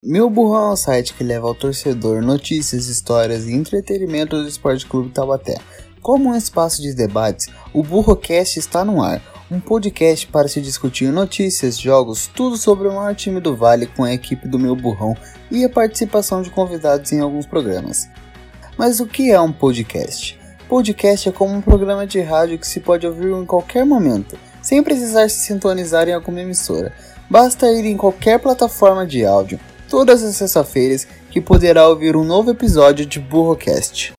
Meu Burrão é um site que leva ao torcedor notícias, histórias e entretenimento do Esporte Clube Taubaté. Como um espaço de debates, o Burrocast está no ar, um podcast para se discutir notícias, jogos, tudo sobre o maior time do Vale com a equipe do Meu Burrão e a participação de convidados em alguns programas. Mas o que é um podcast? Podcast é como um programa de rádio que se pode ouvir em qualquer momento, sem precisar se sintonizar em alguma emissora. Basta ir em qualquer plataforma de áudio, todas as sextas-feiras, que poderá ouvir um novo episódio de Burrocast.